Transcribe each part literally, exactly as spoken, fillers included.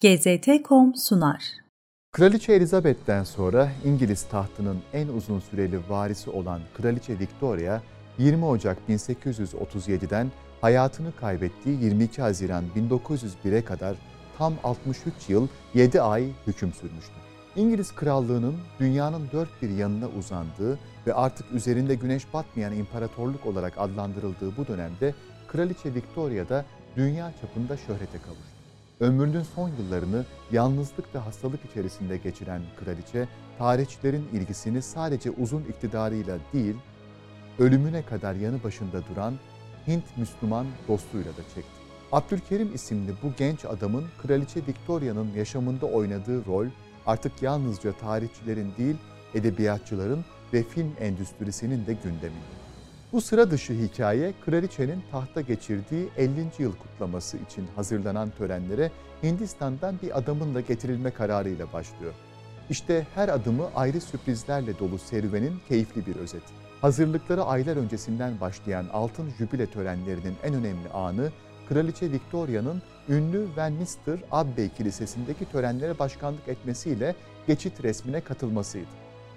G Z T nokta com sunar. Kraliçe Elizabeth'ten sonra İngiliz tahtının en uzun süreli varisi olan Kraliçe Victoria, yirmi Ocak bin sekiz yüz otuz yedi'den hayatını kaybettiği yirmi iki Haziran bin dokuz yüz bir'e kadar tam altmış üç yıl yedi ay hüküm sürmüştü. İngiliz Krallığı'nın dünyanın dört bir yanına uzandığı ve artık üzerinde güneş batmayan imparatorluk olarak adlandırıldığı bu dönemde Kraliçe Victoria da dünya çapında şöhrete kavuştu. Ömrünün son yıllarını yalnızlık ve hastalık içerisinde geçiren kraliçe, tarihçilerin ilgisini sadece uzun iktidarıyla değil, ölümüne kadar yanı başında duran Hint Müslüman dostluğuyla da çekti. Abdülkerim isimli bu genç adamın Kraliçe Victoria'nın yaşamında oynadığı rol artık yalnızca tarihçilerin değil, edebiyatçıların ve film endüstrisinin de gündeminde. Bu sıra dışı hikaye, kraliçenin tahta geçirdiği ellinci yıl kutlaması için hazırlanan törenlere Hindistan'dan bir adamın da getirilme kararıyla başlıyor. İşte her adımı ayrı sürprizlerle dolu serüvenin keyifli bir özeti. Hazırlıkları aylar öncesinden başlayan altın jübile törenlerinin en önemli anı, Kraliçe Victoria'nın ünlü Westminster Abbey Kilisesi'ndeki törenlere başkanlık etmesiyle geçit resmine katılmasıydı.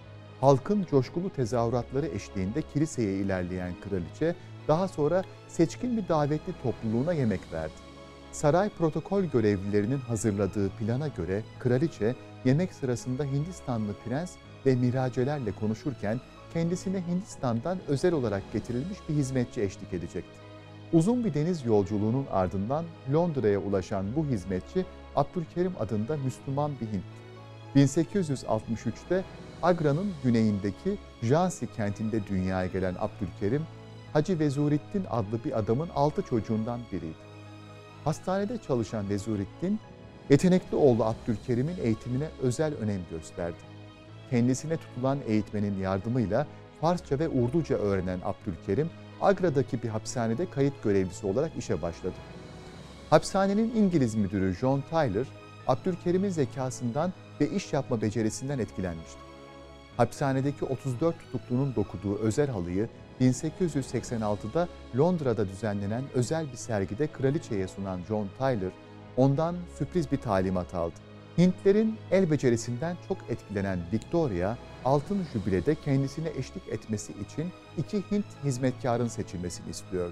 Halkın coşkulu tezahüratları eşliğinde kiliseye ilerleyen kraliçe, daha sonra seçkin bir davetli topluluğuna yemek verdi. Saray protokol görevlilerinin hazırladığı plana göre kraliçe, yemek sırasında Hindistanlı prens ve miracelerle konuşurken kendisine Hindistan'dan özel olarak getirilmiş bir hizmetçi eşlik edecekti. Uzun bir deniz yolculuğunun ardından Londra'ya ulaşan bu hizmetçi, Abdülkerim adında Müslüman bir Hint. bin sekiz yüz altmış üç'te Agra'nın güneyindeki Jhansi kentinde dünyaya gelen Abdülkerim, Hacı Vezurettin adlı bir adamın altı çocuğundan biriydi. Hastanede çalışan Vezurettin, yetenekli oğlu Abdülkerim'in eğitimine özel önem gösterdi. Kendisine tutulan eğitmenin yardımıyla Farsça ve Urduca öğrenen Abdülkerim, Agra'daki bir hapishanede kayıt görevlisi olarak işe başladı. Hapishanenin İngiliz müdürü John Tyler, Abdülkerim'in zekasından ve iş yapma becerisinden etkilenmişti. Hapishanedeki otuz dört tutuklunun dokuduğu özel halıyı bin sekiz yüz seksen altı'da Londra'da düzenlenen özel bir sergide kraliçeye sunan John Tyler, ondan sürpriz bir talimat aldı. Hintlerin el becerisinden çok etkilenen Victoria, altın jübilede kendisine eşlik etmesi için iki Hint hizmetkarın seçilmesini istiyordu.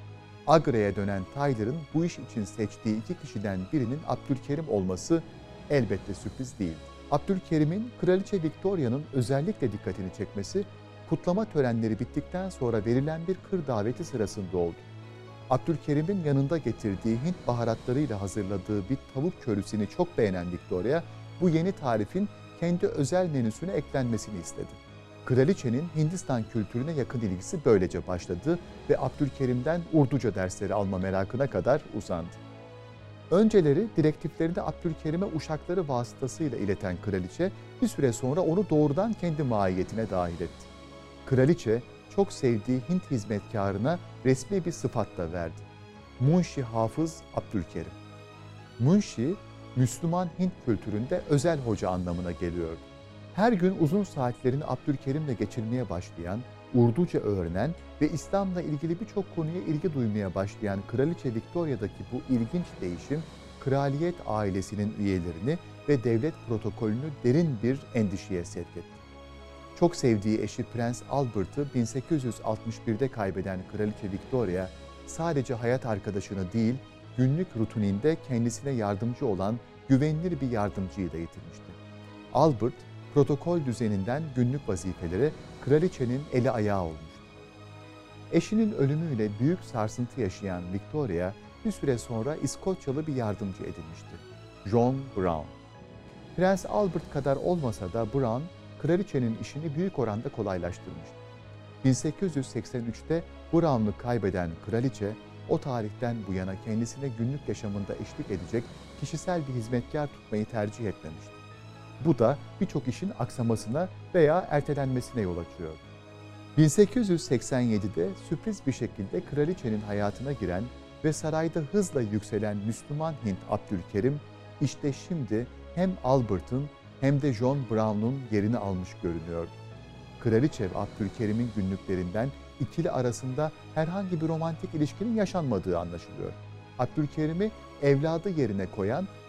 Agra'ya dönen Tyler'ın bu iş için seçtiği iki kişiden birinin Abdülkerim olması elbette sürpriz değildi. Abdülkerim'in Kraliçe Victoria'nın özellikle dikkatini çekmesi, kutlama törenleri bittikten sonra verilen bir kır daveti sırasında oldu. Abdülkerim'in yanında getirdiği Hint baharatlarıyla hazırladığı bir tavuk körüsünü çok beğenen Victoria, bu yeni tarifin kendi özel menüsüne eklenmesini istedi. Kraliçenin Hindistan kültürüne yakın ilgisi böylece başladı ve Abdülkerim'den Urduca dersleri alma merakına kadar uzandı. Önceleri direktiflerini Abdülkerim'e uşakları vasıtasıyla ileten kraliçe, bir süre sonra onu doğrudan kendi mahiyetine dahil etti. Kraliçe, çok sevdiği Hint hizmetkarına resmi bir sıfat da verdi. Munşi Hafız Abdülkerim. Munşi, Müslüman Hint kültüründe özel hoca anlamına geliyordu. Her gün uzun saatlerini Abdülkerim'le geçirmeye başlayan, Urduca öğrenen ve İslam'la ilgili birçok konuya ilgi duymaya başlayan Kraliçe Victoria'daki bu ilginç değişim, kraliyet ailesinin üyelerini ve devlet protokolünü derin bir endişeye sevk etti. Çok sevdiği eşi Prens Albert'ı bin sekiz yüz altmış bir'de kaybeden Kraliçe Victoria, sadece hayat arkadaşını değil, günlük rutininde kendisine yardımcı olan güvenilir bir yardımcıyı da yitirmişti. Albert, protokol düzeninden günlük vazifelere kraliçenin eli ayağı olmuştu. Eşinin ölümüyle büyük sarsıntı yaşayan Victoria, bir süre sonra İskoçyalı bir yardımcı edinmişti. John Brown. Prens Albert kadar olmasa da Brown, kraliçenin işini büyük oranda kolaylaştırmıştı. bin sekiz yüz seksen üç'te Brown'u kaybeden kraliçe, o tarihten bu yana kendisine günlük yaşamında eşlik edecek kişisel bir hizmetkar tutmayı tercih etmemişti. Bu da birçok işin aksamasına veya ertelenmesine yol açıyor. bin sekiz yüz seksen yedi'de sürpriz bir şekilde kraliçenin hayatına giren ve sarayda hızla yükselen Müslüman Hint Abdülkerim, işte şimdi hem Albert'ın hem de John Brown'un yerini almış görünüyordu. Kraliçe ve Abdülkerim'in günlüklerinden ikili arasında herhangi bir romantik ilişkinin yaşanmadığı anlaşılıyor. Abdülkerim'i evladı yerine koyan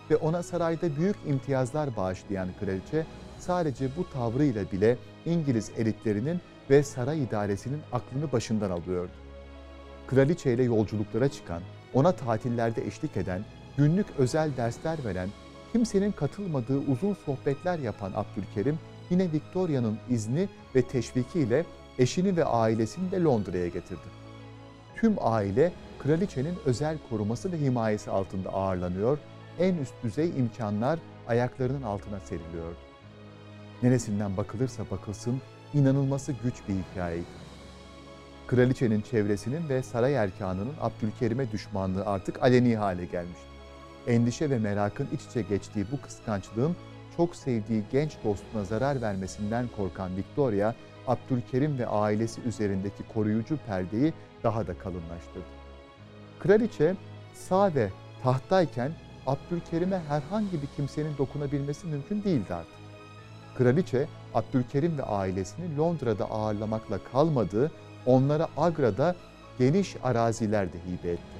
ve ona sarayda büyük imtiyazlar bağışlayan kraliçe sadece bu tavrıyla bile İngiliz elitlerinin ve saray idaresinin aklını başından alıyordu. Kraliçe ile yolculuklara çıkan, ona tatillerde eşlik eden, günlük özel dersler veren, kimsenin katılmadığı uzun sohbetler yapan Abdülkerim, yine Victoria'nın izni ve teşvikiyle eşini ve ailesini de Londra'ya getirdi. Tüm aile kraliçenin özel koruması ve himayesi altında ağırlanıyor, en üst düzey imkanlar ayaklarının altına seriliyordu. Neresinden bakılırsa bakılsın inanılması güç bir hikayeydi. Kraliçenin çevresinin ve saray erkanının Abdülkerim'e düşmanlığı artık aleni hale gelmişti. Endişe ve merakın iç içe geçtiği bu kıskançlığın çok sevdiği genç dostuna zarar vermesinden korkan Victoria, Abdülkerim ve ailesi üzerindeki koruyucu perdeyi daha da kalınlaştırdı. Kraliçe sağ ve tahttayken Abdülkerim'e herhangi bir kimsenin dokunabilmesi mümkün değildi artık. Kraliçe, Abdülkerim ve ailesini Londra'da ağırlamakla kalmadı, onlara Agra'da geniş araziler de hibe etti.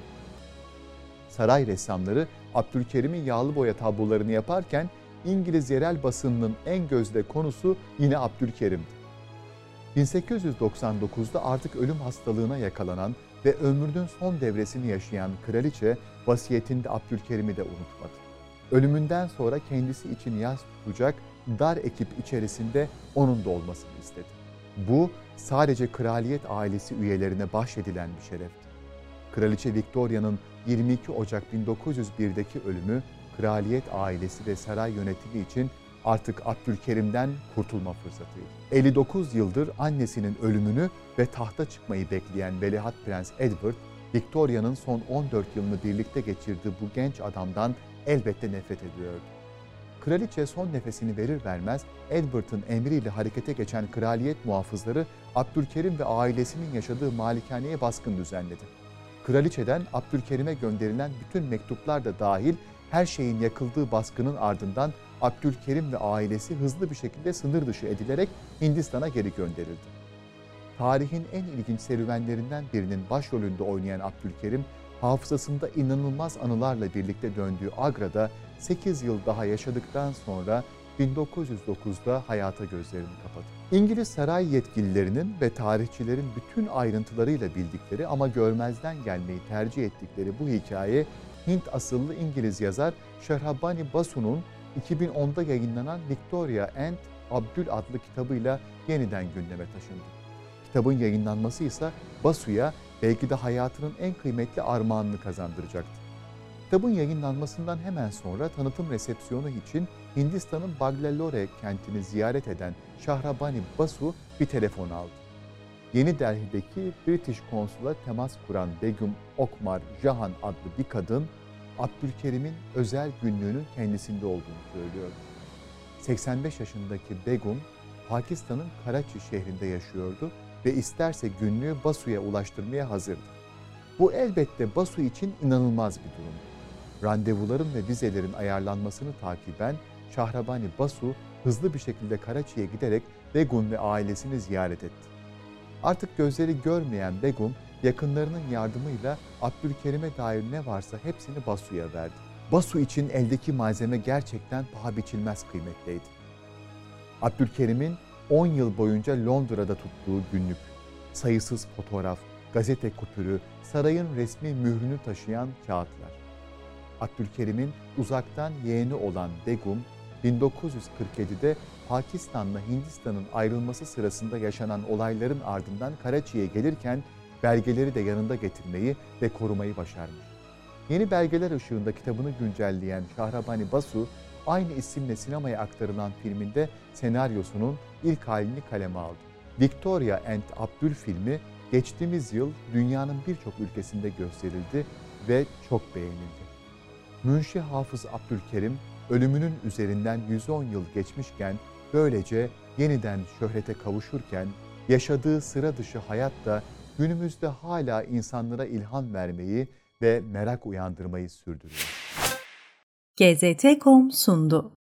Saray ressamları Abdülkerim'in yağlı boya tablolarını yaparken İngiliz yerel basınının en gözde konusu yine Abdülkerim'di. bin sekiz yüz doksan dokuzda artık ölüm hastalığına yakalanan ve ömrünün son devresini yaşayan kraliçe vasiyetinde Abdülkerim'i de unutmadı. Ölümünden sonra kendisi için yas tutacak dar ekip içerisinde onun da olmasını istedi. Bu sadece kraliyet ailesi üyelerine bahşedilen bir şerefti. Kraliçe Victoria'nın yirmi iki Ocak bin dokuz yüz birdeki ölümü kraliyet ailesi ve saray yönetimi için artık Abdülkerim'den kurtulma fırsatıydı. elli dokuz yıldır annesinin ölümünü ve tahta çıkmayı bekleyen Veliaht Prens Edward, Victoria'nın son on dört yılını birlikte geçirdiği bu genç adamdan elbette nefret ediyordu. Kraliçe son nefesini verir vermez Edward'ın emriyle harekete geçen kraliyet muhafızları Abdülkerim ve ailesinin yaşadığı malikaneye baskın düzenledi. Kraliçeden Abdülkerim'e gönderilen bütün mektuplar da dahil her şeyin yakıldığı baskının ardından Abdülkerim ve ailesi hızlı bir şekilde sınır dışı edilerek Hindistan'a geri gönderildi. Tarihin en ilginç serüvenlerinden birinin başrolünde oynayan Abdülkerim, hafızasında inanılmaz anılarla birlikte döndüğü Agra'da sekiz yıl daha yaşadıktan sonra bin dokuz yüz dokuzda hayata gözlerini kapadı. İngiliz saray yetkililerinin ve tarihçilerin bütün ayrıntılarıyla bildikleri ama görmezden gelmeyi tercih ettikleri bu hikaye, Hint asıllı İngiliz yazar Shehrabani Basu'nun iki bin onda yayınlanan Victoria and Abdül adlı kitabıyla yeniden gündeme taşındı. Kitabın yayınlanması ise Basu'ya belki de hayatının en kıymetli armağanını kazandıracaktı. Kitabın yayınlanmasından hemen sonra tanıtım resepsiyonu için Hindistan'ın Bangalore kentini ziyaret eden Shehrabani Basu bir telefon aldı. Yeni Delhi'deki British Konsul'a temas kuran Begüm Okmar Jahan adlı bir kadın, Abdülkerim'in özel günlüğünün kendisinde olduğunu söylüyor. seksen beş yaşındaki Begüm, Pakistan'ın Karachi şehrinde yaşıyordu ve isterse günlüğü Basu'ya ulaştırmaya hazırdı. Bu elbette Basu için inanılmaz bir durumdu. Randevuların ve vizelerin ayarlanmasını takiben Shehrabani Basu hızlı bir şekilde Karachi'ye giderek Begüm ve ailesini ziyaret etti. Artık gözleri görmeyen Begüm, yakınlarının yardımıyla Abdülkerim'e dair ne varsa hepsini Basu'ya verdi. Basu için eldeki malzeme gerçekten paha biçilmez kıymetteydi. Abdülkerim'in on yıl boyunca Londra'da tuttuğu günlük, sayısız fotoğraf, gazete kupürü, sarayın resmi mührünü taşıyan kağıtlar. Abdülkerim'in uzaktan yeğeni olan Begüm, bin dokuz yüz kırk yedide Pakistan'la Hindistan'ın ayrılması sırasında yaşanan olayların ardından Karachi'ye gelirken belgeleri de yanında getirmeyi ve korumayı başarmış. Yeni belgeler ışığında kitabını güncelleyen Shehrabani Basu, aynı isimle sinemaya aktarılan filminde senaryosunun ilk halini kaleme aldı. Victoria and Abdül filmi geçtiğimiz yıl dünyanın birçok ülkesinde gösterildi ve çok beğenildi. Münşi Hafız Abdülkerim, ölümünün üzerinden yüz on yıl geçmişken böylece yeniden şöhrete kavuşurken yaşadığı sıra dışı hayat da günümüzde hala insanlara ilham vermeyi ve merak uyandırmayı sürdürüyor. G Z T nokta com sundu.